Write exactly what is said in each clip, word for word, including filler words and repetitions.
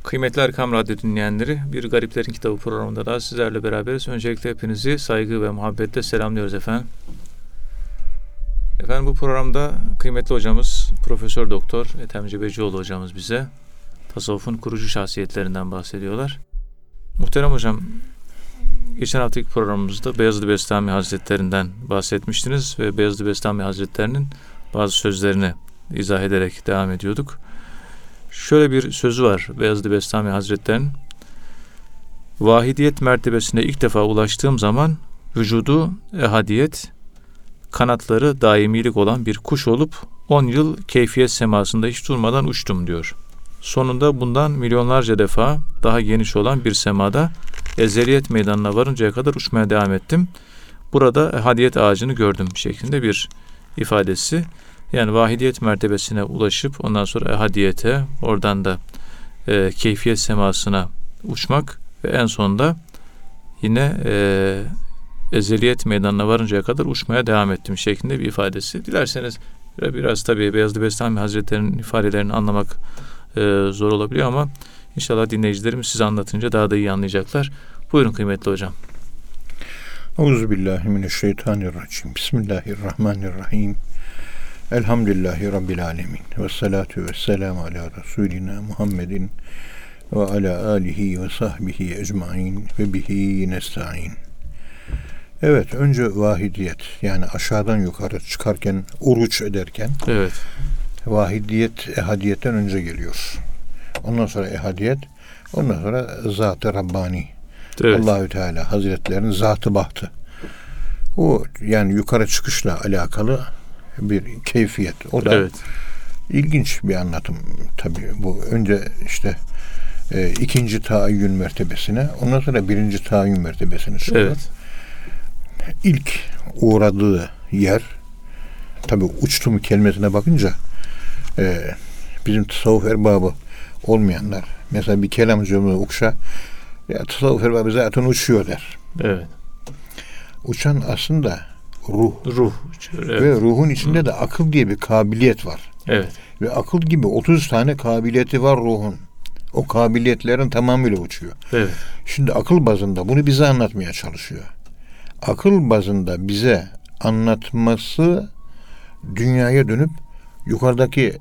Kıymetli Erkam Radyo dinleyenleri, Bir Gariplerin Kitabı programında da sizlerle beraberiz. Öncelikle hepinizi saygı ve muhabbetle selamlıyoruz efendim. Efendim bu programda kıymetli hocamız Profesör Doktor Ethem Cebecioğlu hocamız bize tasavvufun kurucu şahsiyetlerinden bahsediyorlar. Muhterem hocam, geçen haftaki programımızda Beyazıt Bestami Hazretlerinden bahsetmiştiniz ve Beyazıt Bestami Hazretlerinin bazı sözlerini izah ederek devam ediyorduk. Şöyle bir sözü var Beyazıt Bestami Hazretleri'nin: vahidiyet mertebesine ilk defa ulaştığım zaman vücudu ehadiyet, kanatları daimilik olan bir kuş olup on yıl keyfiyet semasında hiç durmadan uçtum diyor. Sonunda bundan milyonlarca defa daha geniş olan bir semada ezeliyet meydanına varıncaya kadar uçmaya devam ettim. Burada ehadiyet ağacını gördüm şeklinde bir ifadesi. Yani vahidiyet mertebesine ulaşıp ondan sonra ehadiyete, oradan da e, keyfiyet semasına uçmak ve en sonunda yine e, ezeliyet meydanına varıncaya kadar uçmaya devam ettim şeklinde bir ifadesi. Dilerseniz biraz tabii Beyazıt Bestami Hazretleri'nin ifadelerini anlamak e, zor olabiliyor ama inşallah dinleyicilerimiz size anlatınca daha da iyi anlayacaklar. Buyurun kıymetli hocam. Euzubillahimineşşeytanirracim. Bismillahirrahmanirrahim. Elhamdülillahi Rabbil alemin. Ve salatu ve selamu ala Resulina Muhammedin ve ala alihi ve sahbihi ecmain ve bihi nesta'in. Evet, önce vahidiyet, yani aşağıdan yukarı çıkarken, uruç ederken, evet, vahidiyet ehadiyetten önce geliyor. Ondan sonra ehadiyet, ondan sonra Zat-ı Rabbani. Evet. Allahü Teala Hazretlerinin zatı bahtı. O yani yukarı çıkışla alakalı bir keyfiyet. O da evet, ilginç bir anlatım tabii. Bu önce işte e, ikinci taayyün mertebesine, ondan sonra birinci taayyün mertebesine çıkıyor. Evet. İlk uğradığı yer, tabii uçtum kelimesine bakınca e, bizim tasavvuf erbabı olmayanlar mesela bir kelamcımı ukşa, ya tasavvuf erbabı zaten uçuyor der. Evet. Uçan aslında ruh. Ruh. Evet. Ve ruhun içinde Hı. de akıl diye bir kabiliyet var. Evet. Ve akıl gibi otuz tane kabiliyeti var ruhun. O kabiliyetlerin tamamıyla uçuyor. Evet. Şimdi akıl bazında bunu bize anlatmaya çalışıyor. Akıl bazında bize anlatması dünyaya dönüp yukarıdaki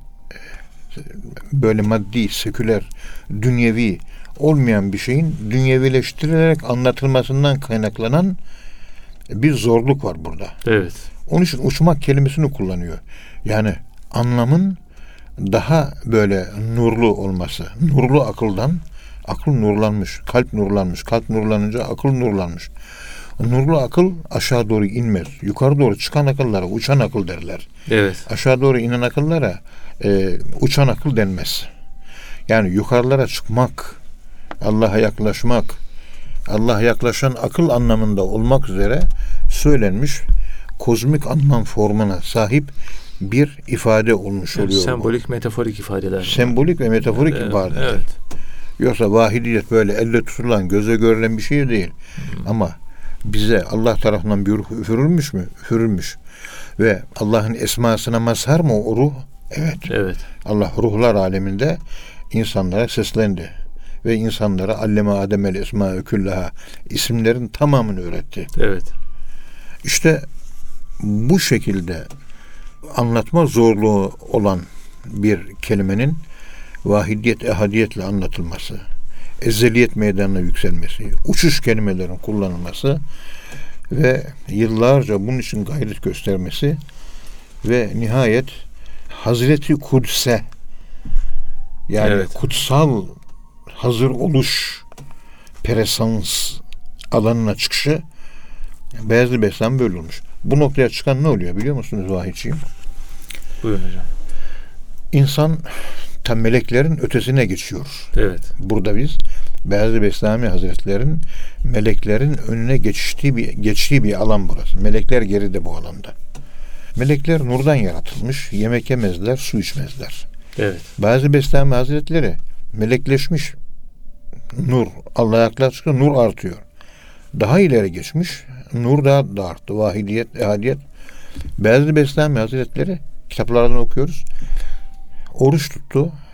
böyle maddi, seküler, dünyevi olmayan bir şeyin dünyevileştirilerek anlatılmasından kaynaklanan bir zorluk var burada. Evet. Onun için uçmak kelimesini kullanıyor. Yani anlamın daha böyle nurlu olması. Nurlu akıldan, akıl nurlanmış, kalp nurlanmış. Kalp nurlanınca akıl nurlanmış. Nurlu akıl aşağı doğru inmez. Yukarı doğru çıkan akıllara uçan akıl derler. Evet. Aşağı doğru inen akıllara e, uçan akıl denmez. Yani yukarılara çıkmak, Allah'a yaklaşmak, Allah'a yaklaşan akıl anlamında olmak üzere söylenmiş kozmik anlam formuna sahip bir ifade olmuş yani oluyor. Sembolik, bu. metaforik ifadeler. Sembolik ve metaforik evet, ifadeler. Evet. Yoksa vahidiyet böyle elle tutulan, göze görülen bir şey değil. Hmm. Ama bize Allah tarafından bir ruh üfürülmüş mü? Üfürülmüş. Ve Allah'ın esmasına mazhar mı o ruh? Evet. Evet. Allah ruhlar aleminde insanlara seslendi. Ve insanlara alleme ademel esma'ü küllaha, isimlerin tamamını öğretti. Evet. İşte bu şekilde anlatma zorluğu olan bir kelimenin vahidiyet, ehadiyetle anlatılması, ezeliyet meydanına yükselmesi, uçuş kelimelerin kullanılması ve yıllarca bunun için gayret göstermesi ve nihayet Hazreti Kudüs'e, yani evet, kutsal hazır oluş presans alanına çıkışı Beyazıt Bestami böyle olmuş. Bu noktaya çıkan ne oluyor biliyor musunuz vahiyciğim? Buyurun hocam. İnsan tam meleklerin ötesine geçiyor. Evet. Burada biz Beyazıt Bestami Hazretleri'nin meleklerin önüne geçtiği bir geçtiği bir alan burası. Melekler geride bu alanda. Melekler nurdan yaratılmış. Yemek yemezler, su içmezler. Evet. Beyazıt Bestami Hazretleri melekleşmiş. Nur, Allah'a yaklaştıkça nur artıyor. Daha ileri geçmiş. Nur daha da arttı. Vahidiyet, ehadiyet. Beyazıt Bestami Hazretleri kitaplardan okuyoruz. Oruç tuttu.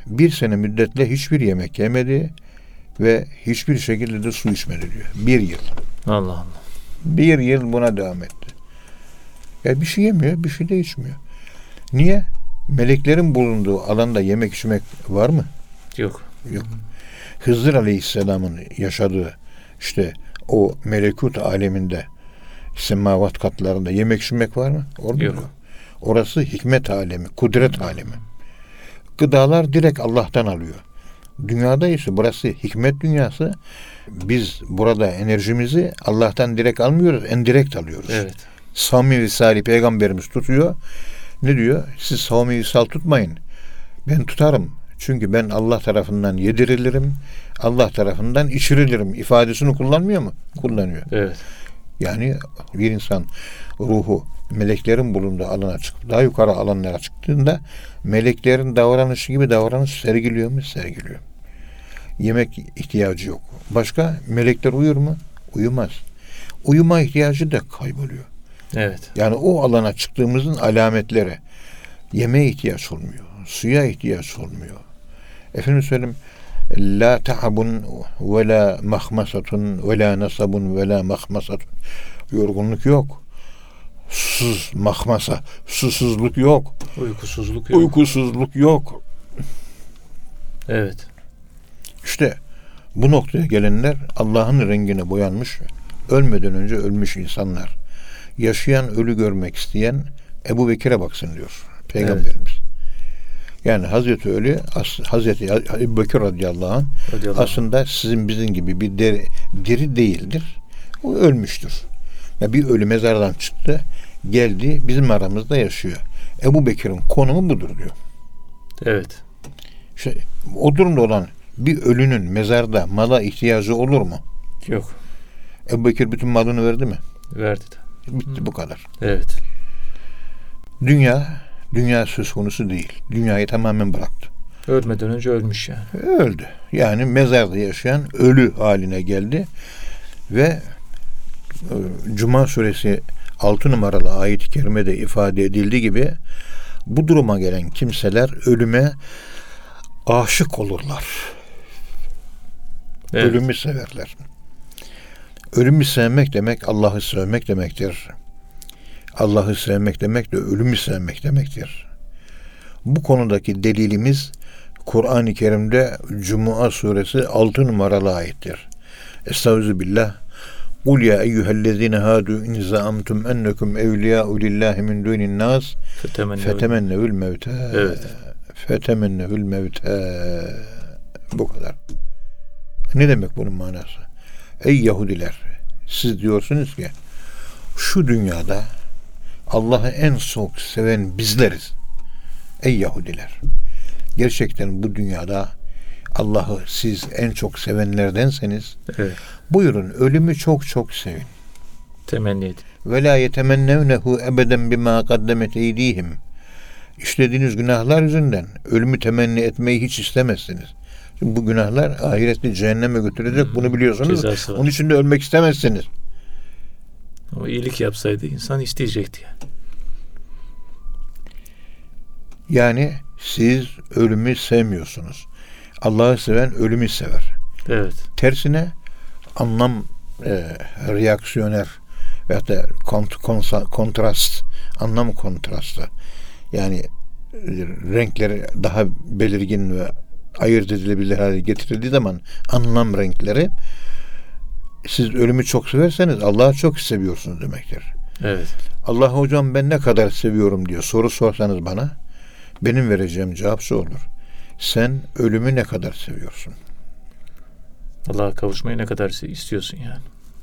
bir sene müddetle hiçbir yemek yemedi ve hiçbir şekilde de su içmedi diyor. Bir yıl. Allah Allah. Bir yıl buna devam etti. Ya bir şey yemiyor, bir şey de içmiyor. Niye? Meleklerin bulunduğu alanda yemek içmek var mı? Yok. Yok. Hızır Aleyhisselam'ın yaşadığı işte o melekut aleminde, semavat katlarında yemek içmek var mı? Orada yok. Yok. Orası hikmet alemi, kudret alemi. Gıdalar direkt Allah'tan alıyor. Dünyada ise burası hikmet dünyası. Biz burada enerjimizi Allah'tan direkt almıyoruz, endirekt alıyoruz. Evet. Savmi visali peygamberimiz tutuyor. Ne diyor? Siz savmi visal tutmayın. Ben tutarım. Çünkü ben Allah tarafından yedirilirim. Allah tarafından içirilirim ifadesini kullanmıyor mu? Kullanıyor. Evet. Yani bir insan ruhu meleklerin bulunduğu alana çıkıp daha yukarı alanlara çıktığında meleklerin davranışı gibi davranış sergiliyor mu? Sergiliyor. Yemek ihtiyacı yok. Başka? Melekler uyur mu? Uyumaz. Uyuma ihtiyacı da kayboluyor. Evet. Yani o alana çıktığımızın alametleri. Yemeğe ihtiyaç olmuyor. Suya ihtiyaç olmuyor. Efendim söyleyeyim, la ta'abun ve la mahmasatun ve la nasabun ve la mahmasatun. Yorgunluk yok. Susuz, mahmasa, susuzluk yok. Uykusuzluk yok. Uykusuzluk yok. Evet. İşte bu noktaya gelenler Allah'ın rengine boyanmış, ölmeden önce ölmüş insanlar. Yaşayan ölü görmek isteyen Ebu Bekir'e baksın diyor Peygamberimiz. Evet. Yani Hazreti Ölü, Hazreti Ebu Bekir radıyallahu anh radıyallahu aslında sizin bizim gibi bir deri, diri değildir. O ölmüştür. Ya bir ölü mezardan çıktı, geldi, bizim aramızda yaşıyor. Ebu Bekir'in konumu budur diyor. Evet. İşte, o durumda olan bir ölünün mezarda mala ihtiyacı olur mu? Yok. Ebu Bekir bütün malını verdi mi? Verdi. Bitti, bu kadar. Evet. Dünya, dünya söz konusu değil. Dünyayı tamamen bıraktı. Ölmeden önce ölmüş yani. Öldü. Yani mezarda yaşayan ölü haline geldi ve Cuma suresi altı numaralı ayet-i kerimede ifade edildiği gibi bu duruma gelen kimseler ölüme aşık olurlar. Evet. Ölümü severler. Ölümü sevmek demek Allah'ı sevmek demektir. Allah'ı sevmek demek de ölümü sevmek demektir. Bu konudaki delilimiz Kur'an-ı Kerim'de Cuma suresi altı numaralı ayettir. Estağfirullah. Kul ya eyyühellezine hadu in zaamtum ennekum evliyâ'u lillahi min dunin nas fetemennevül mevte. Evet. Fetemennevül mevte. Bu kadar. Ne demek bunun manası? Ey Yahudiler, siz diyorsunuz ki şu dünyada Allah'ı en çok seven bizleriz. Ey Yahudiler, gerçekten bu dünyada Allah'ı siz en çok sevenlerdenseniz, evet, buyurun ölümü çok çok sevin. Temenni edin. Ve la yetemennevnehu ebeden bima kaddemet eydihim. İşlediğiniz günahlar yüzünden ölümü temenni etmeyi hiç istemezsiniz. Şimdi bu günahlar ahirette cehenneme götürecek, hmm, bunu biliyorsunuz. Onun için de ölmek istemezsiniz. Ama iyilik yapsaydı insan isteyecekti yani. Yani siz ölümü sevmiyorsunuz. Allah'ı seven ölümü sever. Evet. Tersine anlam e, reaksiyoner veyahut da kont, konsa, kontrast, anlam kontrastı. Yani e, renkleri daha belirgin ve ayırt edilebilir hale getirildiği zaman anlam renkleri, siz ölümü çok severseniz Allah'ı çok seviyorsunuz demektir. Evet. Allah hocam ben ne kadar seviyorum diyor soru sorsanız bana, benim vereceğim cevap şu olur. Sen ölümü ne kadar seviyorsun? Allah'a kavuşmayı ne kadar istiyorsun yani?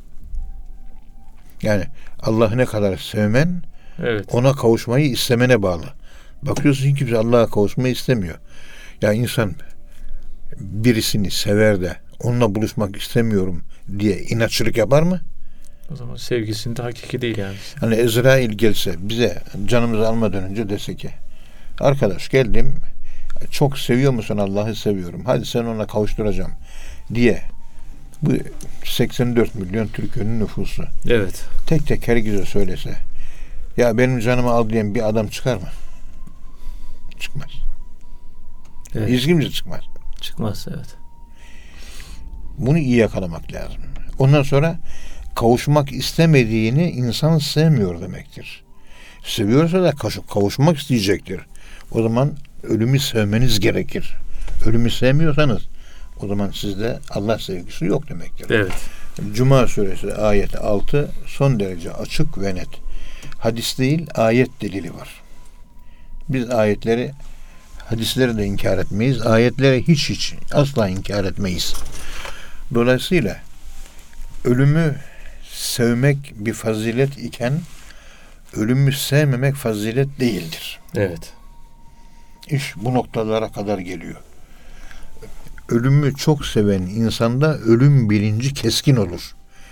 Yani Allah'ı ne kadar sevmen, evet, ona kavuşmayı istemene bağlı. Bakıyorsun ki kimse Allah'a kavuşmayı istemiyor. Ya insan birisini sever de onunla buluşmak istemiyorum diye inatçılık yapar mı? O zaman sevgisinde hakiki değil yani. Hani Ezrail gelse bize canımızı almadan önce dese ki arkadaş geldim, çok seviyor musun? Allah'ı seviyorum. Hadi sen ona kavuşturacağım diye, bu seksen dört milyon Türkiye'nin nüfusu. Evet. Tek tek herkese söylese, ya benim canımı al diyen bir adam çıkar mı? Çıkmaz. Evet. Hiç kimse çıkmaz. Çıkmaz, evet. Bunu iyi yakalamak lazım. Ondan sonra kavuşmak istemediğini insan sevmiyor demektir. Seviyorsa da kavuşmak isteyecektir. O zaman ölümü sevmeniz gerekir. Ölümü sevmiyorsanız o zaman sizde Allah sevgisi yok demektir. Evet. Cuma suresi ayet altı son derece açık ve net. Hadis değil, ayet delili var. Biz ayetleri, hadisleri de inkar etmeyiz. Ayetleri hiç hiç asla inkar etmeyiz. Dolayısıyla ölümü sevmek bir fazilet iken ölümü sevmemek fazilet değildir. Evet. İş bu noktalara kadar geliyor. Ölümü çok seven insanda ölüm bilinci keskin olur.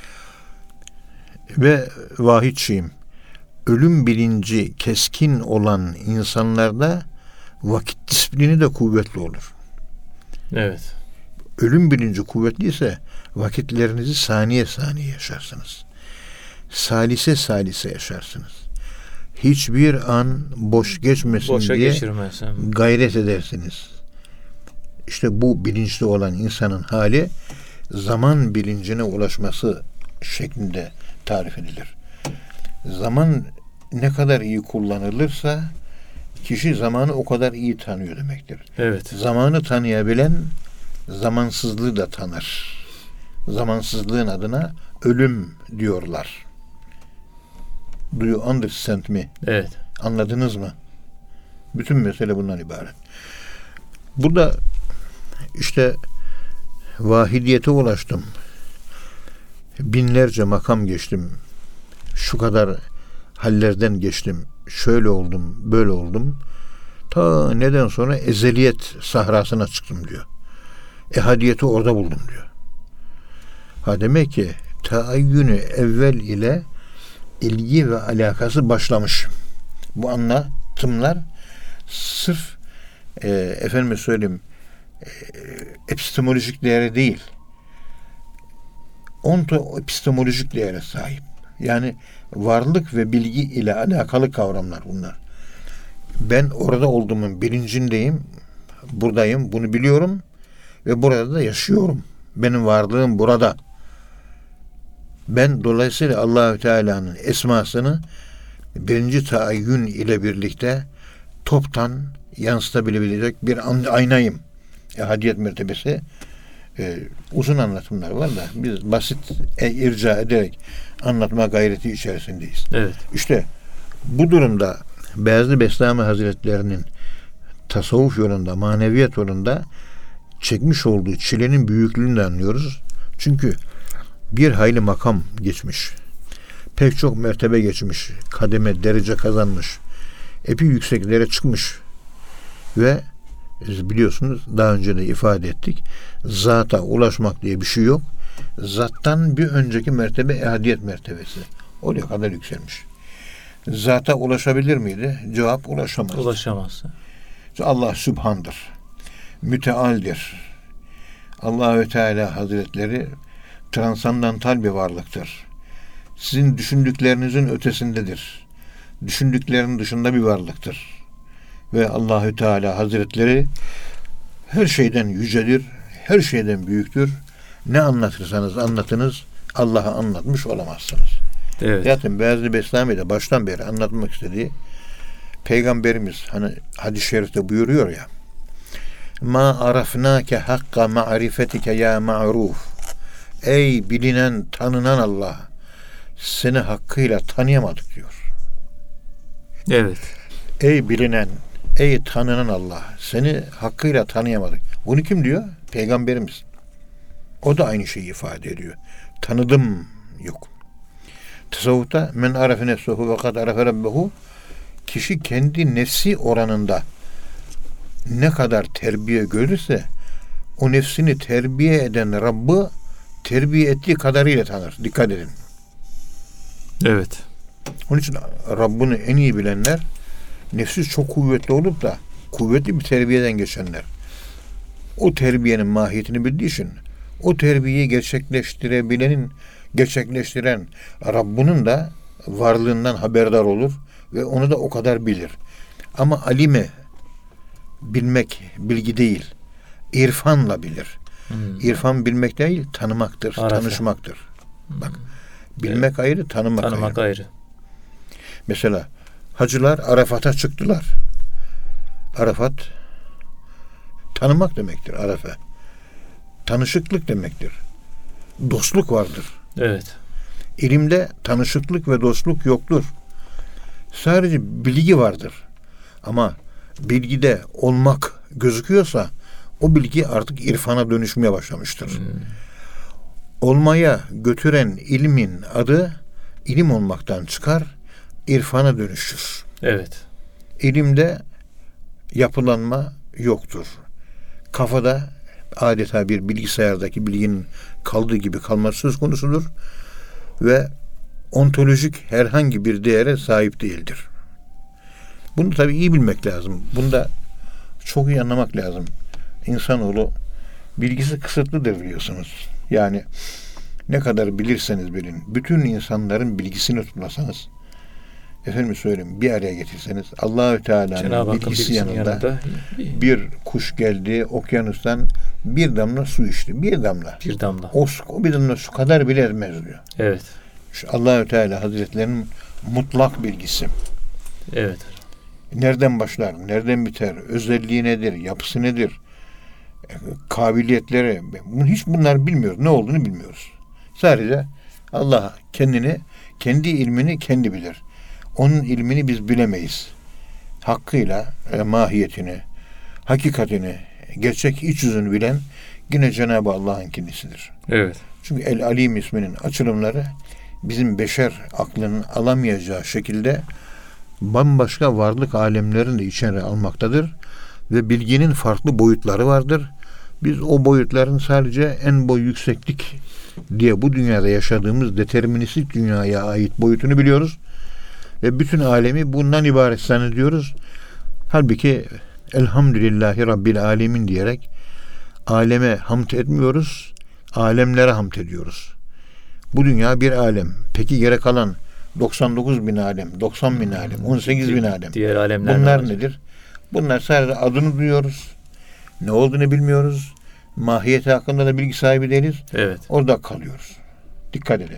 Ve vahidçiyim. Ölüm bilinci keskin olan insanlarda vakit disiplini de kuvvetli olur. Evet. Ölüm bilinci kuvvetliyse vakitlerinizi saniye saniye yaşarsınız. Salise salise yaşarsınız. Hiçbir an boş geçmesin Boşa diye geçirmezsem. gayret edersiniz. İşte bu bilinçli olan insanın hali zaman bilincine ulaşması şeklinde tarif edilir. Zaman ne kadar iyi kullanılırsa kişi zamanı o kadar iyi tanıyor demektir. Evet. Zamanı tanıyabilen zamansızlığı da tanır. Zamansızlığın adına ölüm diyorlar. Do you understand me? Evet. Anladınız mı? Bütün mesele bundan ibaret. Burada işte vahidiyete ulaştım. Binlerce makam geçtim. Şu kadar hallerden geçtim. Şöyle oldum, böyle oldum. Ta neden sonra ezeliyet sahrasına çıktım diyor. Ehadiyeti orada buldum diyor. Ha demek ki taayyünü evvel ile ilgi ve alakası başlamış. Bu anlatımlar sırf e, efendime söyleyeyim e, epistemolojik değeri değil. Onto epistemolojik değere sahip. Yani varlık ve bilgi ile alakalı kavramlar bunlar. Ben orada olduğumun bilincindeyim. Buradayım. Bunu biliyorum. Ve burada da yaşıyorum. Benim varlığım burada. Ben dolayısıyla Allahü Teala'nın esmasını birinci taayyün ile birlikte toptan yansıtabilecek bir aynayım. Ehadiyet mertebesi e, uzun anlatımlar var da biz basit e, irca ederek anlatma gayreti içerisindeyiz. Evet. İşte bu durumda Beyazlı Bestami Hazretlerinin tasavvuf yolunda, maneviyat yolunda çekmiş olduğu çilenin büyüklüğünü de anlıyoruz. Çünkü bir hayli makam geçmiş. Pek çok mertebe geçmiş. Kademe, derece kazanmış. Epey yükseklere çıkmış. Ve biliyorsunuz daha önce de ifade ettik. Zata ulaşmak diye bir şey yok. Zattan bir önceki mertebe ehadiyet mertebesi. Oraya kadar yükselmiş. Zata ulaşabilir miydi? Cevap ulaşamaz. Ulaşamaz. Allah Sübhan'dır. Mütealdir. Allahü Teala Hazretleri transandantal bir varlıktır. Sizin düşündüklerinizin ötesindedir. Düşündüklerinin dışında bir varlıktır. Ve Allahü Teala Hazretleri her şeyden yücedir, her şeyden büyüktür. Ne anlatırsanız anlatınız, Allah'ı anlatmış olamazsınız. Evet. Zaten Beyazlı Bestami'de baştan beri anlatmak istediği Peygamberimiz hani hadis-i şerifte buyuruyor ya, ma arafnake hakka ma'rifetike ya ma'ruf. Ey bilinen, tanınan Allah, seni hakkıyla tanıyamadık diyor. Evet. Ey bilinen, ey tanınan Allah, seni hakkıyla tanıyamadık. Bunu kim diyor? Peygamberimiz. O da aynı şeyi ifade ediyor. Tanıdım yok. Tasavvufta men arafe nefsuhu ve kad arafe rabbehu, kişi kendi nefsi oranında ne kadar terbiye görürse o nefsini terbiye eden Rabb'ı terbiye ettiği kadarıyla tanır. Dikkat edin. Evet. Onun için Rabbini en iyi bilenler nefsi çok kuvvetli olup da kuvvetli bir terbiyeden geçenler. O terbiyenin mahiyetini bildiği için o terbiyeyi gerçekleştirebilenin, gerçekleştiren Rabbinin de varlığından haberdar olur ve onu da o kadar bilir. Ama alime bilmek bilgi değil. İrfanla bilir. Hmm. İrfan bilmek değil, tanımaktır, Arafa. tanışmaktır. Hmm. Bak, bilmek evet. ayrı, tanımak, tanımak ayrı. ayrı. Mesela hacılar Arafat'a çıktılar. Arafat tanımak demektir, Arafa. Tanışıklık demektir. Dostluk vardır. Evet. İlimde tanışıklık ve dostluk yoktur. Sadece bilgi vardır. Ama bilgide olmak gözüküyorsa o bilgi artık irfana dönüşmeye başlamıştır. Hmm. Olmaya götüren ilmin adı ilim olmaktan çıkar, irfana dönüşür. Evet. İlimde yapılanma yoktur. Kafada adeta bir bilgisayardaki bilginin kaldığı gibi kalması söz konusudur ve ontolojik herhangi bir değere sahip değildir. Bunu tabii iyi bilmek lazım. Bunu da çok iyi anlamak lazım. İnsanoğlu bilgisi kısıtlıdır biliyorsunuz. Yani ne kadar bilirseniz bilin, bütün insanların bilgisini tutmasanız, efendim söyleyeyim, bir araya getirseniz, Allahü Teala'nın bilgisi yanında, yanında bir kuş geldi okyanustan bir damla su içti. Bir damla. Bir damla. O, o bir damla su kadar bile ezmez diyor. Evet. Şu Allahü Teala Hazretlerinin mutlak bilgisi. Evet. Nereden başlar, nereden biter, özelliği nedir, yapısı nedir, kabiliyetleri, hiç bunlar bilmiyoruz. Ne olduğunu bilmiyoruz. Sadece Allah kendini, kendi ilmini kendi bilir. Onun ilmini biz bilemeyiz. Hakkıyla e, mahiyetini, hakikatini, gerçek iç yüzünü bilen yine Cenab-ı Allah'ın kendisidir. Evet. Çünkü El Alim isminin açılımları bizim beşer aklının alamayacağı şekilde bambaşka varlık alemlerini de içine almaktadır ve bilginin farklı boyutları vardır. Biz o boyutların sadece en boy yükseklik diye bu dünyada yaşadığımız deterministik dünyaya ait boyutunu biliyoruz ve bütün alemi bundan ibaret zannediyoruz. Halbuki Elhamdülillahi Rabbil Alemin diyerek aleme hamd etmiyoruz, alemlere hamd ediyoruz. Bu dünya bir alem. Peki geri kalan doksan dokuz bin alem, doksan bin alem, on sekiz bin alem. Diğer alemler bunlar nedir? Bunlar sadece adını duyuyoruz. Ne olduğunu bilmiyoruz. Mahiyeti hakkında da bilgi sahibi değiliz. Evet. Orada kalıyoruz. Dikkat edin.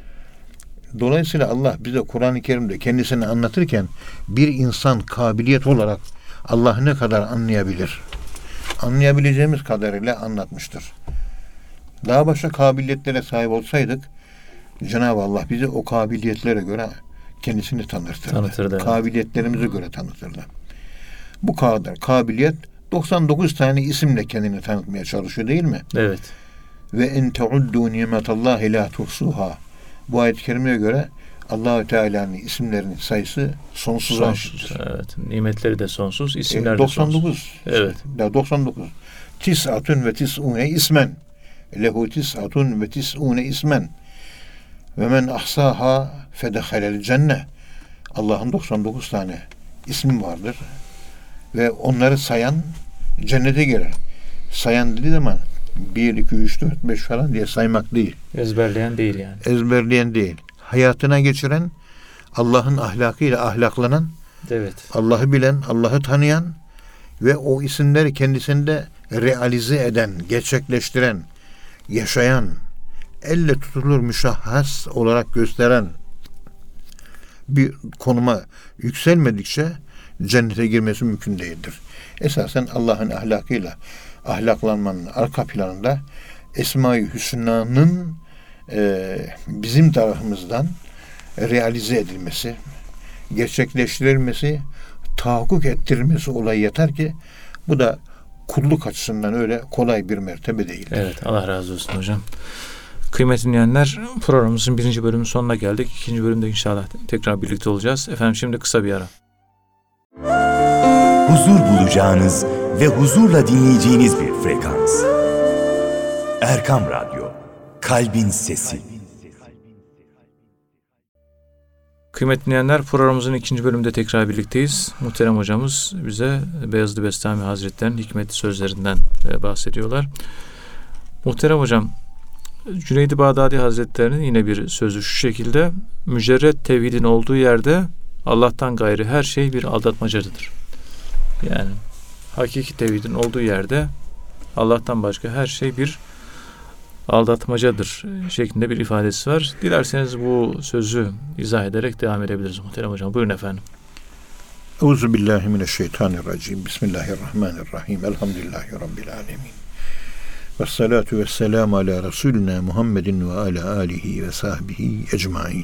Dolayısıyla Allah bize Kur'an-ı Kerim'de kendisini anlatırken bir insan kabiliyet olarak Allah'ı ne kadar anlayabilir? Anlayabileceğimiz kadarıyla anlatmıştır. Daha başka kabiliyetlere sahip olsaydık Cenab-ı Allah bizi o kabiliyetlere göre kendisini tanıtırdı. Tanıtırdı. Kabiliyetlerimize evet. göre tanıtırdı. Bu kadar kabiliyet doksan dokuz tane isimle kendini tanıtmaya çalışıyor değil mi? Evet. Ve en teuddu nimetallahi la tuhsuha. Bu ayet-i kerimeye göre Allahü Teala'nın isimlerinin sayısı sonsuza sonsuz. Evet. Nimetleri de sonsuz, isimler e, doksan dokuz. de sonsuz. Evet. Ya doksan dokuz. Tis'atun ve tis'une ismen. Lehu tis'atun ve tis'une ismen. Ve men ahsaha fedehalel cenne. Allah'ın doksan dokuz tane ismi vardır. Ve onları sayan cennete girer. Sayan dediği zaman bir, iki, üç, dört, beş falan diye saymak değil. Ezberleyen değil yani. Ezberleyen değil. Hayatına geçiren, Allah'ın ahlakıyla ahlaklanan, evet. Allah'ı bilen, Allah'ı tanıyan ve o isimleri kendisinde realize eden, gerçekleştiren, yaşayan, elle tutulur müşahhas olarak gösteren bir konuma yükselmedikçe cennete girmesi mümkün değildir. Esasen Allah'ın ahlakıyla ahlaklanmanın arka planında Esma-i Hüsna'nın e, bizim tarafımızdan realize edilmesi, gerçekleştirilmesi, tahakkuk ettirilmesi olayı yeter ki bu da kulluk açısından öyle kolay bir mertebe değildir. Evet, Allah razı olsun hocam. Kıymetli dinleyenler, programımızın birinci bölümünün sonuna geldik. İkinci bölümde inşallah tekrar birlikte olacağız. Efendim şimdi kısa bir ara. Huzur bulacağınız ve huzurla dinleyeceğiniz bir frekans. Erkam Radyo, Kalbin Sesi. Kıymetli dinleyenler, programımızın ikinci bölümünde tekrar birlikteyiz. Muhterem hocamız bize Beyazıt Bestami Hazretleri'nin hikmetli sözlerinden bahsediyorlar. Muhterem hocam, Cüneyd-i Bağdadi Hazretleri'nin yine bir sözü şu şekilde: mücerret tevhidin olduğu yerde Allah'tan gayrı her şey bir aldatmacadır. Yani hakiki tevhidin olduğu yerde Allah'tan başka her şey bir aldatmacadır şeklinde bir ifadesi var. Dilerseniz bu sözü izah ederek devam edebiliriz muhterem hocam. Buyurun efendim. Euzubillahimineşşeytanirracim. Bismillahirrahmanirrahim. Elhamdülillahi Rabbil alemin. Vessalatu vesselamu ala Resulina Muhammedin ve ala alihi ve sahbihi ecmain.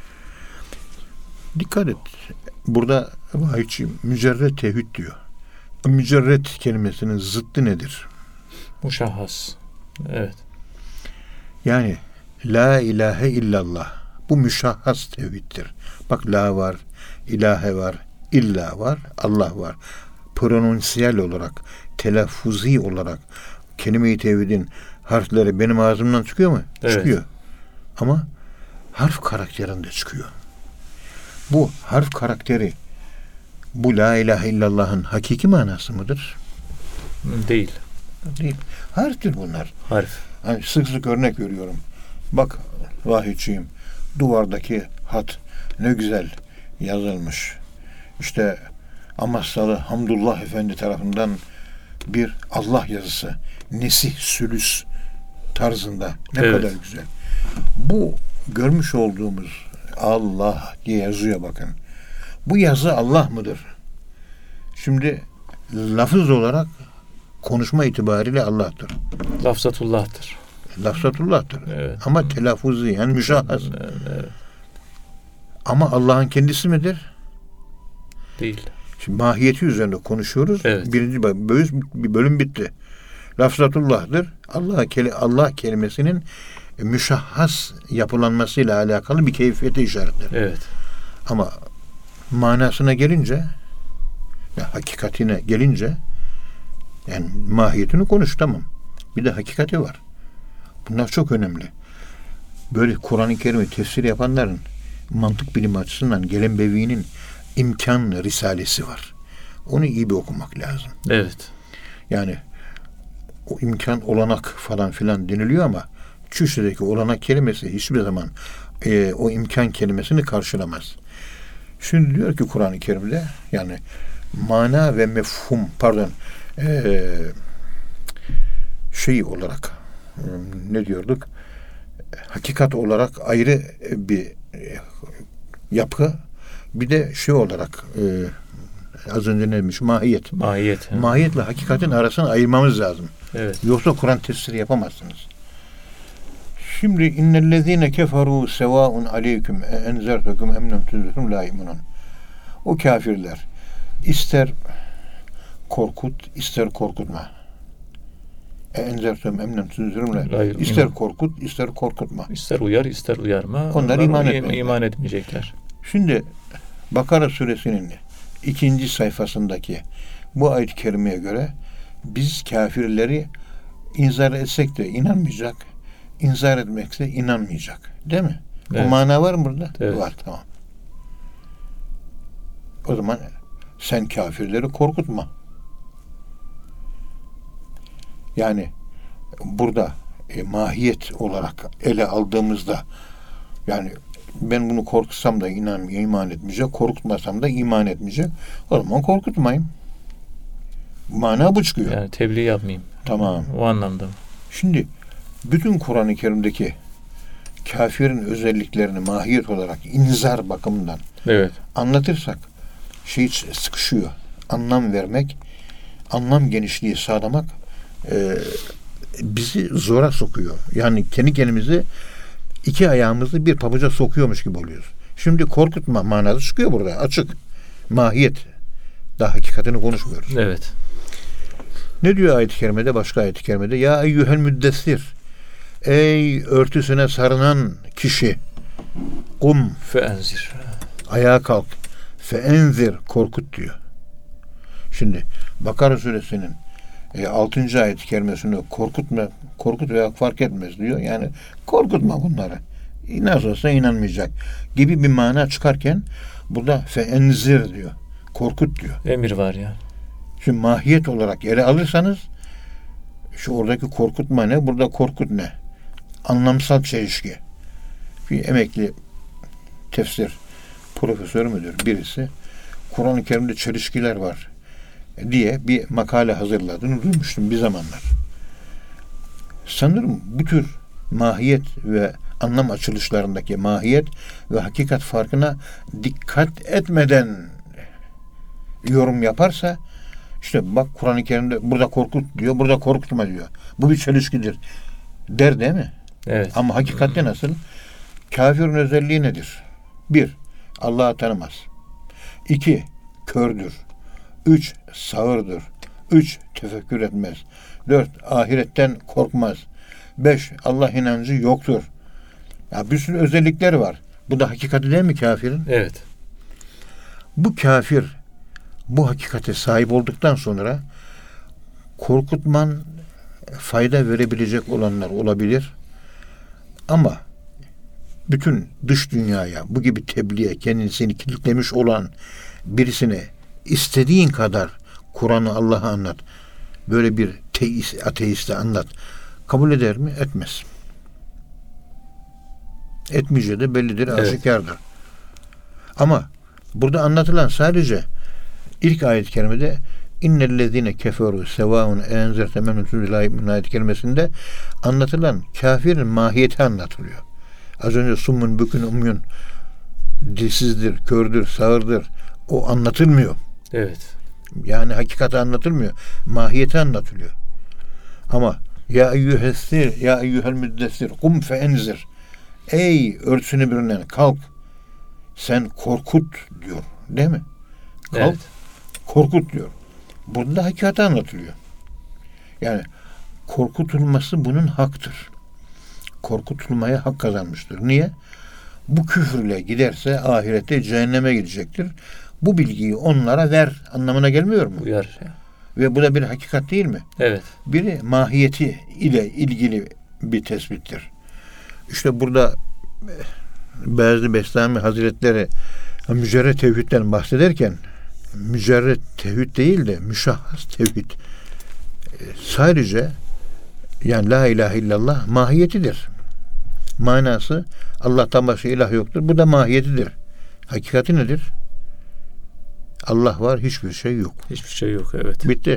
Dikkat et. Burada vahiyçiyim. Mücerret tevhid diyor. Mücerret kelimesinin zıttı nedir? Muşahhas. Evet. Yani la ilahe illallah. Bu müşahhas tevhiddir. Bak la var, ilahe var, illa var, Allah var. Pronansiyel olarak, telaffuzi olarak kelime-i tevhidin harfleri benim ağzımdan çıkıyor mu? Evet. Çıkıyor. Ama harf karakterinde çıkıyor. Bu harf karakteri bu la ilahe illallah'ın hakiki manası mıdır? Değil. Değil. Harftir bunlar. Harf. Hani sık sık örnek veriyorum. Bak vahiyçiyim. Duvardaki hat ne güzel yazılmış. İşte Amasyalı Hamdullah Efendi tarafından bir Allah yazısı. Nesih sülüs tarzında. Ne Evet. kadar güzel. Bu görmüş olduğumuz Allah diye yazıyor bakın. Bu yazı Allah mıdır? Şimdi lafız olarak konuşma itibariyle Allah'tır. Lafzatullah'tır. Lafzatullah'tır. Evet. Ama telaffuzu yani müşahhas. Evet, evet. Ama Allah'ın kendisi midir? Değil. Şimdi mahiyeti üzerinde konuşuyoruz. Evet. Birinci bölüm, bir bölüm bitti. Lafzatullah'dır. Allah, Allah kelimesinin müşahhas yapılanmasıyla alakalı bir keyfiyete işaretler. Evet. Ama manasına gelince, ya hakikatine gelince, yani mahiyetini konuş tamam. Bir de hakikati var. Bunlar çok önemli. Böyle Kur'an-ı Kerim'i tefsir yapanların mantık bilimi açısından Gelenbevi'nin imkan risalesi var. Onu iyi bir okumak lazım. Evet. Yani o imkan olanak falan filan deniliyor ama Türkçedeki olanak kelimesi hiçbir zaman e, o imkan kelimesini karşılamaz. Şimdi diyor ki Kur'an-ı Kerim'de yani mana ve mefhum pardon e, şey olarak e, ne diyorduk? Hakikat olarak ayrı bir e, yapı, bir de şey olarak e, az önce neymiş? Mahiyet. Mahiyet. he. Mahiyetle hakikatin arasını ayırmamız lazım. Evet. Yoksa Kur'an tefsiri yapamazsınız. Şimdi innellezine keferu sevaun aleyküm enzertekum em lem tunzirum la yu'minun. O kafirler ister korkut, ister korkutma. E enzertekum em lem tunzirum la. La yu'minun. İster korkut, ister korkutma. İster uyar, ister uyarma. Onlar iman etmezler. iman etmeyecekler. Şimdi Bakara suresinin ikinci sayfasındaki bu ayet-i kerimeye göre biz kafirleri inzar etsek de inanmayacak, inzar etmekse inanmayacak. Değil mi? Evet. O mana var mı burada? Evet. Var, tamam. O zaman sen kafirleri korkutma. Yani burada e, mahiyet olarak ele aldığımızda yani ben bunu korkutsam da inan, iman etmeyecek, korkutmasam da iman etmeyecek. O zaman korkutmayayım. Mana bu çıkıyor. Yani tebliğ yapmayayım. Tamam. O anlamda. Şimdi bütün Kur'an-ı Kerim'deki kafirin özelliklerini mahiyet olarak inzar bakımından Evet. anlatırsak şey sıkışıyor. Anlam vermek, anlam genişliği sağlamak e, bizi zora sokuyor. Yani kendi kendimizi iki ayağımızı bir pabuca sokuyormuş gibi oluyoruz. Şimdi korkutma manası çıkıyor burada. Açık. Mahiyet. Daha hakikatini konuşmuyoruz. Evet. Ne diyor ayet-i kerimede? Başka ayet-i kerimede. Ya eyyühel müddessir. Ey örtüsüne sarınan kişi. Kum. Feenzir. Ayağa kalk. Feenzir. Korkut diyor. Şimdi Bakara suresinin e, altıncı ayet-i kerimesinde korkutma, korkut veya fark etmez diyor. Yani korkutma bunları. Nasıl olsa inanmayacak gibi bir mana çıkarken burada feenzir diyor. Korkut diyor. Emir var ya. Şimdi mahiyet olarak ele alırsanız şu oradaki korkutma ne? Burada korkut ne? Anlamsal çelişki. Bir emekli tefsir profesörü müdür birisi Kur'an-ı Kerim'de çelişkiler var. diye bir makale hazırladığını duymuştum bir zamanlar. Sanırım bu tür mahiyet ve anlam açılışlarındaki mahiyet ve hakikat farkına dikkat etmeden yorum yaparsa, işte bak Kur'an-ı Kerim'de burada korkut diyor, burada korkutma diyor. Bu bir çelişkidir der değil mi? Evet. Ama hakikatte nasıl? Kafirin özelliği nedir? Bir, Allah'ı tanımaz. İki, kördür. Üç, sağırdır. Üç, tefekkür etmez. Dört, ahiretten korkmaz. Beş, Allah inancı yoktur. Ya bir sürü özellikleri var. Bu da hakikati değil mi kafirin? Evet. Bu kafir bu hakikate sahip olduktan sonra korkutman fayda verebilecek olanlar olabilir. Ama bütün dış dünyaya bu gibi tebliğe kendisini kilitlemiş olan birisine istediğin kadar Kur'an'ı, Allah'ı anlat. Böyle bir teist, ateiste anlat. Kabul eder mi? Etmez. Etmeyeceği de bellidir, evet. aşikardır. Ama burada anlatılan sadece ilk ayet-i kerimede innellezine keferu sevaun enzerte men tunzil ayet kelimesinde anlatılan kafirin mahiyeti anlatılıyor. Az önce summun bükün umyun, dilsizdir, kördür, sağırdır. O anlatılmıyor. Evet. Yani hakikati anlatılmıyor. Mahiyeti anlatılıyor. Ama ya eyyühessir, ya eyyühel müddessir, kum fe enzir. Ey örtüsünü bürünen kalk. Sen korkut diyor. Değil mi? Kalk. Evet. Korkut diyor. Burada da hakikati anlatılıyor. Yani korkutulması bunun haktır. Korkutulmaya hak kazanmıştır. Niye? Bu küfürle giderse ahirette cehenneme gidecektir. Bu bilgiyi onlara ver anlamına gelmiyor mu? Uyar. Ve bu da bir hakikat değil mi? Evet. Biri mahiyeti ile ilgili bir tespittir. İşte burada Beyazlı Bestami Hazretleri mücerret tevhidden bahsederken mücerret tevhid değil de müşahhas tevhid sadece yani la ilahe illallah mahiyetidir. Manası Allah'tan başka ilah yoktur. Bu da mahiyetidir. Hakikati nedir? Allah var, hiçbir şey yok. Hiçbir şey yok, evet. Bitti.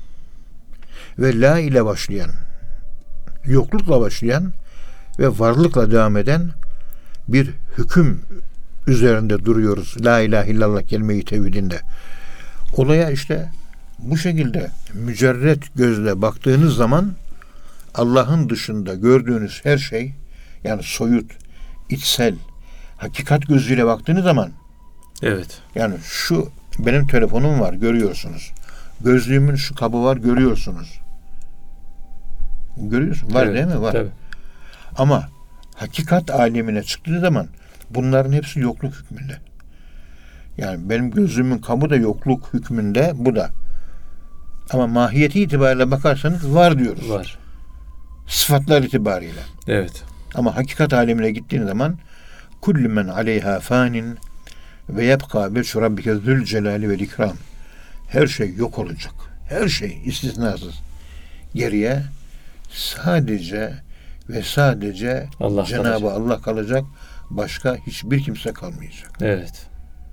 Ve la ile başlayan, yoklukla başlayan ve varlıkla devam eden bir hüküm üzerinde duruyoruz. La ilahe illallah kelime-i tevhidinde. Olaya işte bu şekilde mücerret gözle baktığınız zaman Allah'ın dışında gördüğünüz her şey, yani soyut, içsel, hakikat gözüyle baktığınız zaman, evet. Yani şu benim telefonum var, görüyorsunuz. Gözlüğümün şu kabı var, görüyorsunuz. Görüyorsun. Var, evet, değil mi? Var. Tabii. Ama hakikat alemine çıktığı zaman bunların hepsi yokluk hükmünde. Yani benim gözlüğümün kabı da yokluk hükmünde, bu da. Ama mahiyeti itibariyle bakarsanız var diyoruz. Var. Sıfatlar itibariyle. Evet. Ama hakikat alemine gittiğin zaman kullu men aleyha fanin ve yebqa beşu rabbike zül celali vel ikram. Her şey yok olacak. Her şey istisnasız. Geriye sadece ve sadece Allah Cenab-ı kalacak. Allah kalacak. Başka hiçbir kimse kalmayacak. Evet.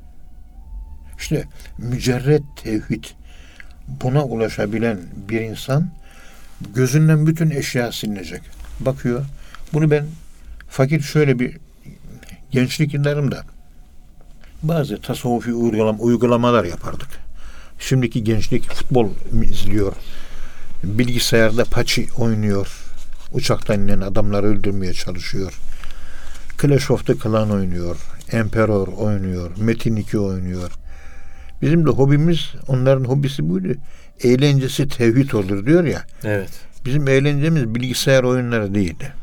İşte mücerret tevhid, buna ulaşabilen bir insan gözünden bütün eşya silinecek. Bakıyor. Bunu ben fakir şöyle bir gençlik yıllarımda bazı tasavvufi uygulam, uygulamalar yapardık. Şimdiki gençlik futbol izliyor. Bilgisayarda paçi oynuyor. Uçaktan inen adamları öldürmeye çalışıyor. Clash of the Clan oynuyor. Emperor oynuyor. Metin iki oynuyor. Bizim de hobimiz, onların hobisi buydu. Eğlencesi tevhid olur diyor ya. Evet. Bizim eğlencemiz bilgisayar oyunları değildi.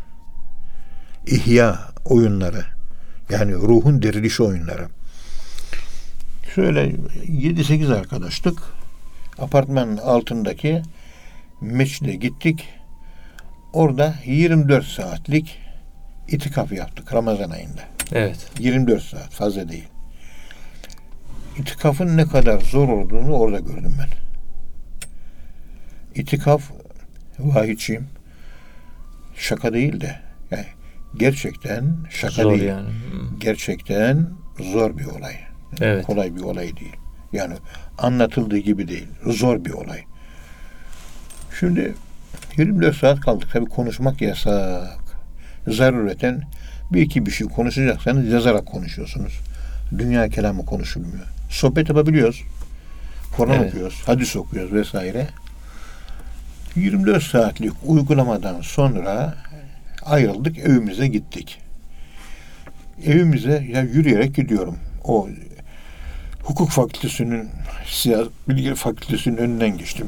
İhya oyunları. Yani ruhun dirilişi oyunları. Şöyle yedi sekiz arkadaşlık. Apartmanın altındaki mescide gittik. Orada yirmi dört saatlik itikaf yaptık Ramazan ayında. Evet. yirmi dört saat, fazla değil. İtikafın ne kadar zor olduğunu orada gördüm ben. İtikaf, vahiyçiyim, şaka değil de, yani gerçekten şaka zor değil. yani. Gerçekten zor bir olay. Evet. Kolay bir olay değil. Yani anlatıldığı gibi değil. Zor bir olay. Şimdi yirmi dört saat kaldık. Tabii konuşmak yasak. Zarureten bir iki bir şey konuşacaksanız yazarak konuşuyorsunuz. Dünya kelamı konuşulmuyor. Sohbet yapabiliyoruz. Kur'an evet. okuyoruz. Hadis okuyoruz vesaire. yirmi dört saatlik uygulamadan sonra ayrıldık. Evimize gittik. Evimize ya yürüyerek gidiyorum. O hukuk fakültesinin siyasi bilgi fakültesinin önünden geçtim.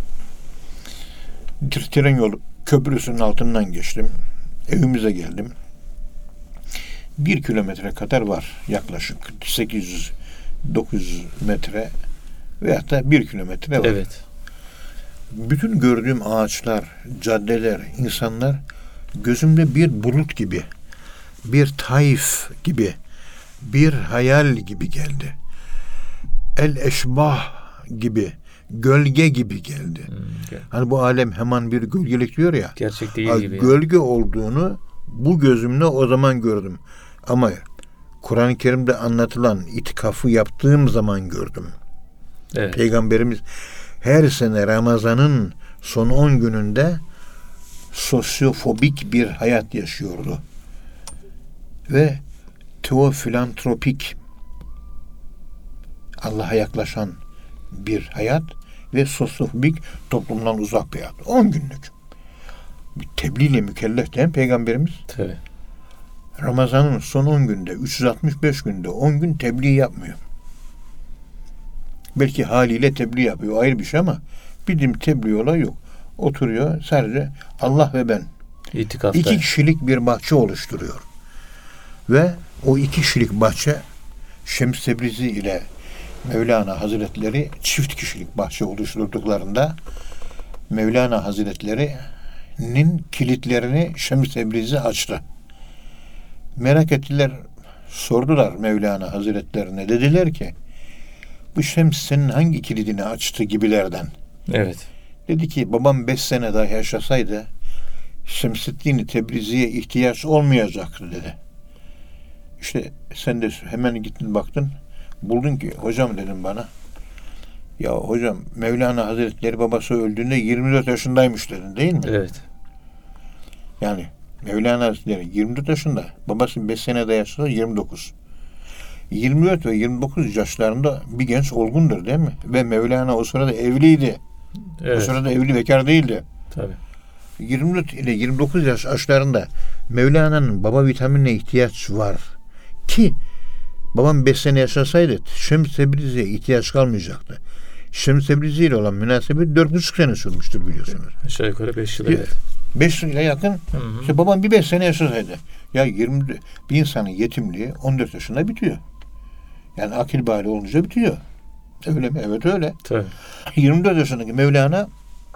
Tren yolu köprüsünün altından geçtim. Evimize geldim. Bir kilometre kadar var. Yaklaşık sekiz yüz dokuz yüz metre veyahut da bir kilometre var. Evet. Bütün gördüğüm ağaçlar, caddeler, insanlar gözümde bir bulut gibi, bir taif gibi, bir hayal gibi geldi. El eşbah gibi, gölge gibi geldi. Hmm, okay. Hani bu alem hemen bir gölgelik diyor ya. Gerçek değil ha, gibi. Gölge yani. Olduğunu bu gözümle o zaman gördüm. Ama Kur'an-ı Kerim'de anlatılan itikafı yaptığım zaman gördüm. Evet. Peygamberimiz her sene Ramazan'ın son on gününde sosyofobik bir hayat yaşıyordu. Ve teofilantropik, Allah'a yaklaşan bir hayat ve sosyofobik, toplumdan uzak bir hayat. on günlük. Bir tebliğle mükellef diyen Peygamberimiz. Tabii. Ramazan'ın son on günde, üç yüz altmış beş günde on gün tebliğ yapmıyor. Belki haliyle tebliğ yapıyor, ayrı bir şey, ama bizim tebliğ olayı yok. Oturuyor sadece Allah ve ben. İtikafta. İki kişilik bir bahçe oluşturuyor. Ve o iki kişilik bahçe Şems Tebrizi ile Mevlana Hazretleri çift kişilik bahçe oluşturduklarında Mevlana Hazretleri'nin kilitlerini Şems Tebrizi açtı. Merak ettiler, sordular Mevlana Hazretlerine. Dediler ki, bu Şems senin hangi kilidini açtı gibilerden. Evet. Dedi ki, babam beş sene daha yaşasaydı Şemseddin Tebrizi'ye ihtiyaç olmayacaktı dedi. İşte sen de hemen gittin baktın, buldun ki, hocam dedim bana. Ya hocam, Mevlana Hazretleri babası öldüğünde yirmi dört yaşındaymış dedin, değil mi? Evet. Yani Mevlana Hazretleri yirmi dört yaşında, babası beş sene daha yaşasa yirmi dokuz. yirmi dört ve yirmi dokuz yaşlarında bir genç olgundur değil mi? Ve Mevlana o sırada evliydi. Evet. O sırada evli, bekar değildi. Tabii. yirmi dört ile yirmi dokuz yaş yaşlarında Mevlana'nın baba vitaminine ihtiyaç var. Ki babam beş sene yaşasaydı Şems Tebrizi'ye ihtiyaç kalmayacaktı. Şems Tebrizi ile olan münasebet dört buçuk sene sürmüştür biliyorsunuz. Aşağı yukarı beş yıl evet. beş yıla yakın. Hı hı. İşte babam bir beş sene yaşasaydı. Ya yirmi bir insanın yetimliği on dört yaşında bitiyor. Yani akil bali olunca bitiyor. Öyle mi? Evet öyle. Tabii. yirmi dört yaşındaki Mevlana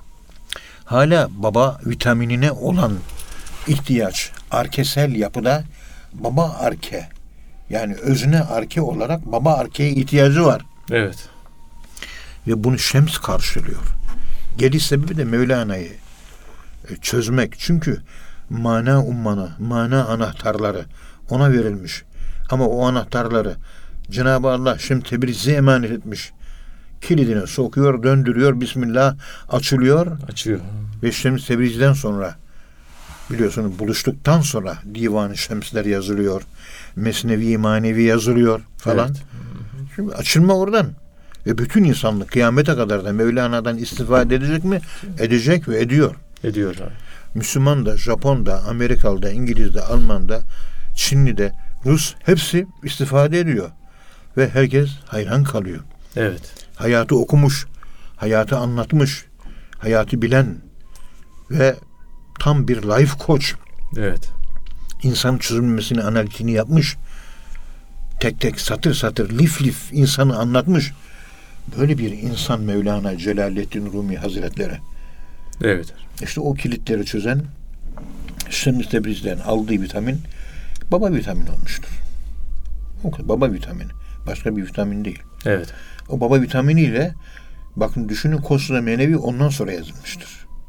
hala baba vitaminine olan ihtiyaç, arkesel yapıda baba arke, yani özne arke olarak baba arkeye ihtiyacı var. Evet. Ve bunu Şems karşılıyor. Geliş sebebi de Mevlana'yı çözmek. Çünkü mana ummanı, mana anahtarları ona verilmiş. Ama o anahtarları Cenab-ı Allah Şems Tebrizi'ye emanet etmiş. Kilidine sokuyor, döndürüyor, Bismillah açılıyor. Açıyor. Ve Şems Tebrizi'den sonra, biliyorsunuz buluştuktan sonra Divan-ı Şemsler yazılıyor. Mesnevi Manevi yazılıyor falan. Evet. Şimdi açılma oradan. Ve bütün insanlık kıyamete kadar da Mevlana'dan istifade edecek mi? Edecek ve ediyor. Ediyor abi. Müslüman da, Japon da, Amerikalı da, İngiliz de, Alman da, Çinli de, Rus hepsi istifade ediyor. Ve herkes hayran kalıyor. Evet. Hayatı okumuş, hayatı anlatmış, hayatı bilen ve tam bir life coach. Evet. İnsan çözülmesini, analitini yapmış. Tek tek, satır satır, lif lif insanı anlatmış. Böyle bir insan Mevlana Celaleddin Rumi Hazretleri. Evet. İşte o kilitleri çözen Şems Tebriz'den aldığı vitamin baba vitamin olmuştur. O kadar, baba vitamini. Başka bir vitamin değil. Evet. O baba vitaminiyle, bakın düşünün, koskoca Menevi ondan sonra yazılmıştır.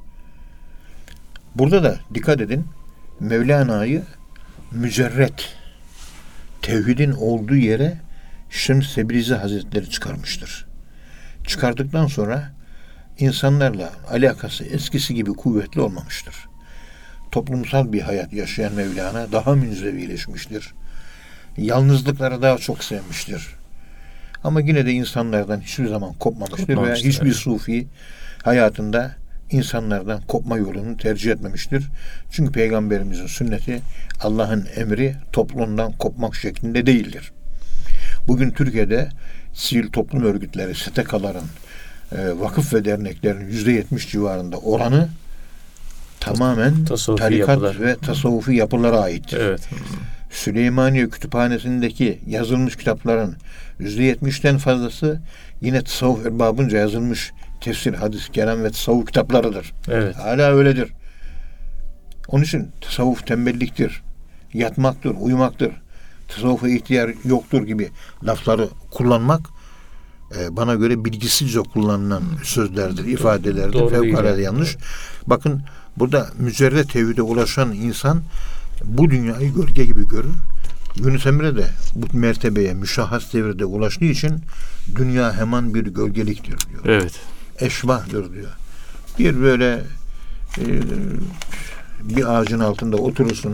Burada da dikkat edin, Mevlana'yı mücerret, tevhidin olduğu yere Şems Tebrizi Hazretleri çıkarmıştır. çıkardıktan sonra insanlarla alakası eskisi gibi kuvvetli olmamıştır. Toplumsal bir hayat yaşayan Mevlana daha münzevileşmiştir. Yalnızlıkları daha çok sevmiştir. Ama yine de insanlardan hiçbir zaman kopmamıştır, Kopmamıştır, ve hiçbir evet. sufi hayatında insanlardan kopma yolunu tercih etmemiştir. Çünkü Peygamberimizin sünneti, Allah'ın emri toplumdan kopmak şeklinde değildir. Bugün Türkiye'de sivil toplum örgütleri, S T K'ların, e, vakıf ve derneklerin yüzde yetmiş civarında oranı tamamen Tasavvufi tarikat yapılar. ve tasavvufi yapılara aittir. Evet. Süleymaniye Kütüphanesi'ndeki yazılmış kitapların yüzde yetmişten fazlası yine tasavvuf erbabınca yazılmış tefsir, hadis, kelam ve tasavvuf kitaplarıdır. Evet. Hala öyledir. Onun için tasavvuf tembelliktir, yatmaktır, uyumaktır, tasavvufa ihtiyar yoktur gibi lafları kullanmak e, bana göre bilgisizce kullanılan sözlerdir, ifadelerdir. Doğru değil Fevkalade yani. yanlış. Bakın burada mücerret tevhide ulaşan insan bu dünyayı gölge gibi görür. Yunus Emre de bu mertebeye müşahhas devirde ulaştığı için dünya hemen bir gölgeliktir diyor. Evet. Eşbahdır diyor. Bir böyle e, bir ağacın altında oturursun.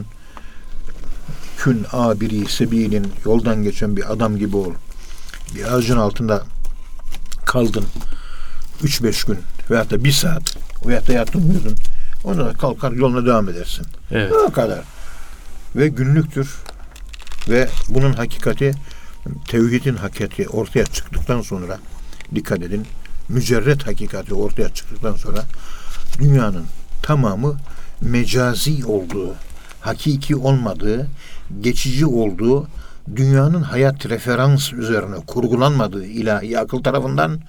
Kün abiri sebilin, yoldan geçen bir adam gibi ol. Bir ağacın altında kaldın üç beş gün veyahut da bir saat veyahut da yattın uyudun. Ondan sonra kalkar yoluna devam edersin. Evet. O kadar. Ve günlüktür. Ve bunun hakikati, tevhidin hakikati ortaya çıktıktan sonra, dikkat edin, mücerret hakikati ortaya çıktıktan sonra dünyanın tamamı mecazi olduğu, hakiki olmadığı, geçici olduğu, dünyanın hayat referans üzerine kurgulanmadığı ilahi akıl tarafından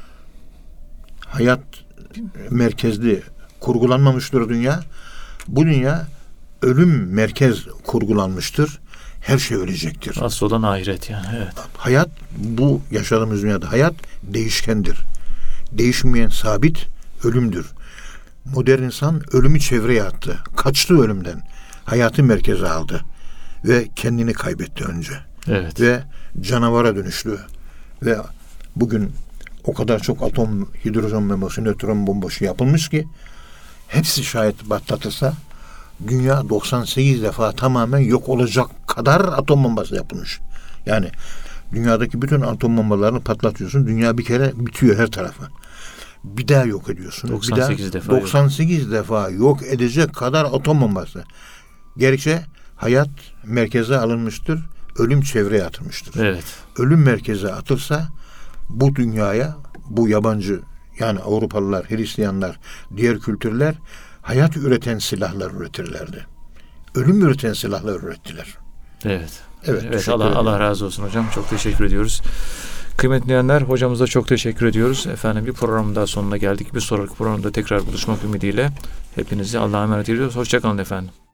hayat merkezli kurgulanmamıştır dünya. Bu dünya ölüm merkez kurgulanmıştır. Her şey ölecektir. Asıl olan ahiret yani. Evet. Hayat, bu yaşadığımız dünyada hayat değişkendir. Değişmeyen sabit ölümdür. Modern insan ölümü çevreye attı. Kaçtı ölümden. Hayatı merkeze aldı. Ve kendini kaybetti önce. Evet. Ve canavara dönüştü. Ve bugün o kadar çok atom, hidrojen bombası, nötron bombası yapılmış ki hepsi şayet patlatılsa dünya doksan sekiz defa tamamen yok olacak kadar atom bombası yapılmış. Yani dünyadaki bütün atom bombalarını patlatıyorsun. Dünya bir kere bitiyor her tarafı. Bir daha yok ediyorsun. doksan sekiz bir daha defa doksan sekiz yok. defa yok edecek kadar atom bombası. Gerçi hayat merkeze alınmıştır. Ölüm çevreye atılmıştır. Evet. Ölüm merkeze atılsa bu dünyaya, bu yabancı yani Avrupalılar, Hristiyanlar, diğer kültürler hayat üreten silahlar üretirlerdi. Ölüm üreten silahlar ürettiler. Evet. Evet. Evet, Allah Allah razı olsun hocam. Çok teşekkür ediyoruz. Kıymetli dinleyenler, hocamıza çok teşekkür ediyoruz. Efendim bir programın daha sonuna geldik. Bir sonraki programda tekrar buluşmak ümidiyle hepinizi Allah'a emanet ediyoruz. Hoşça kalın efendim.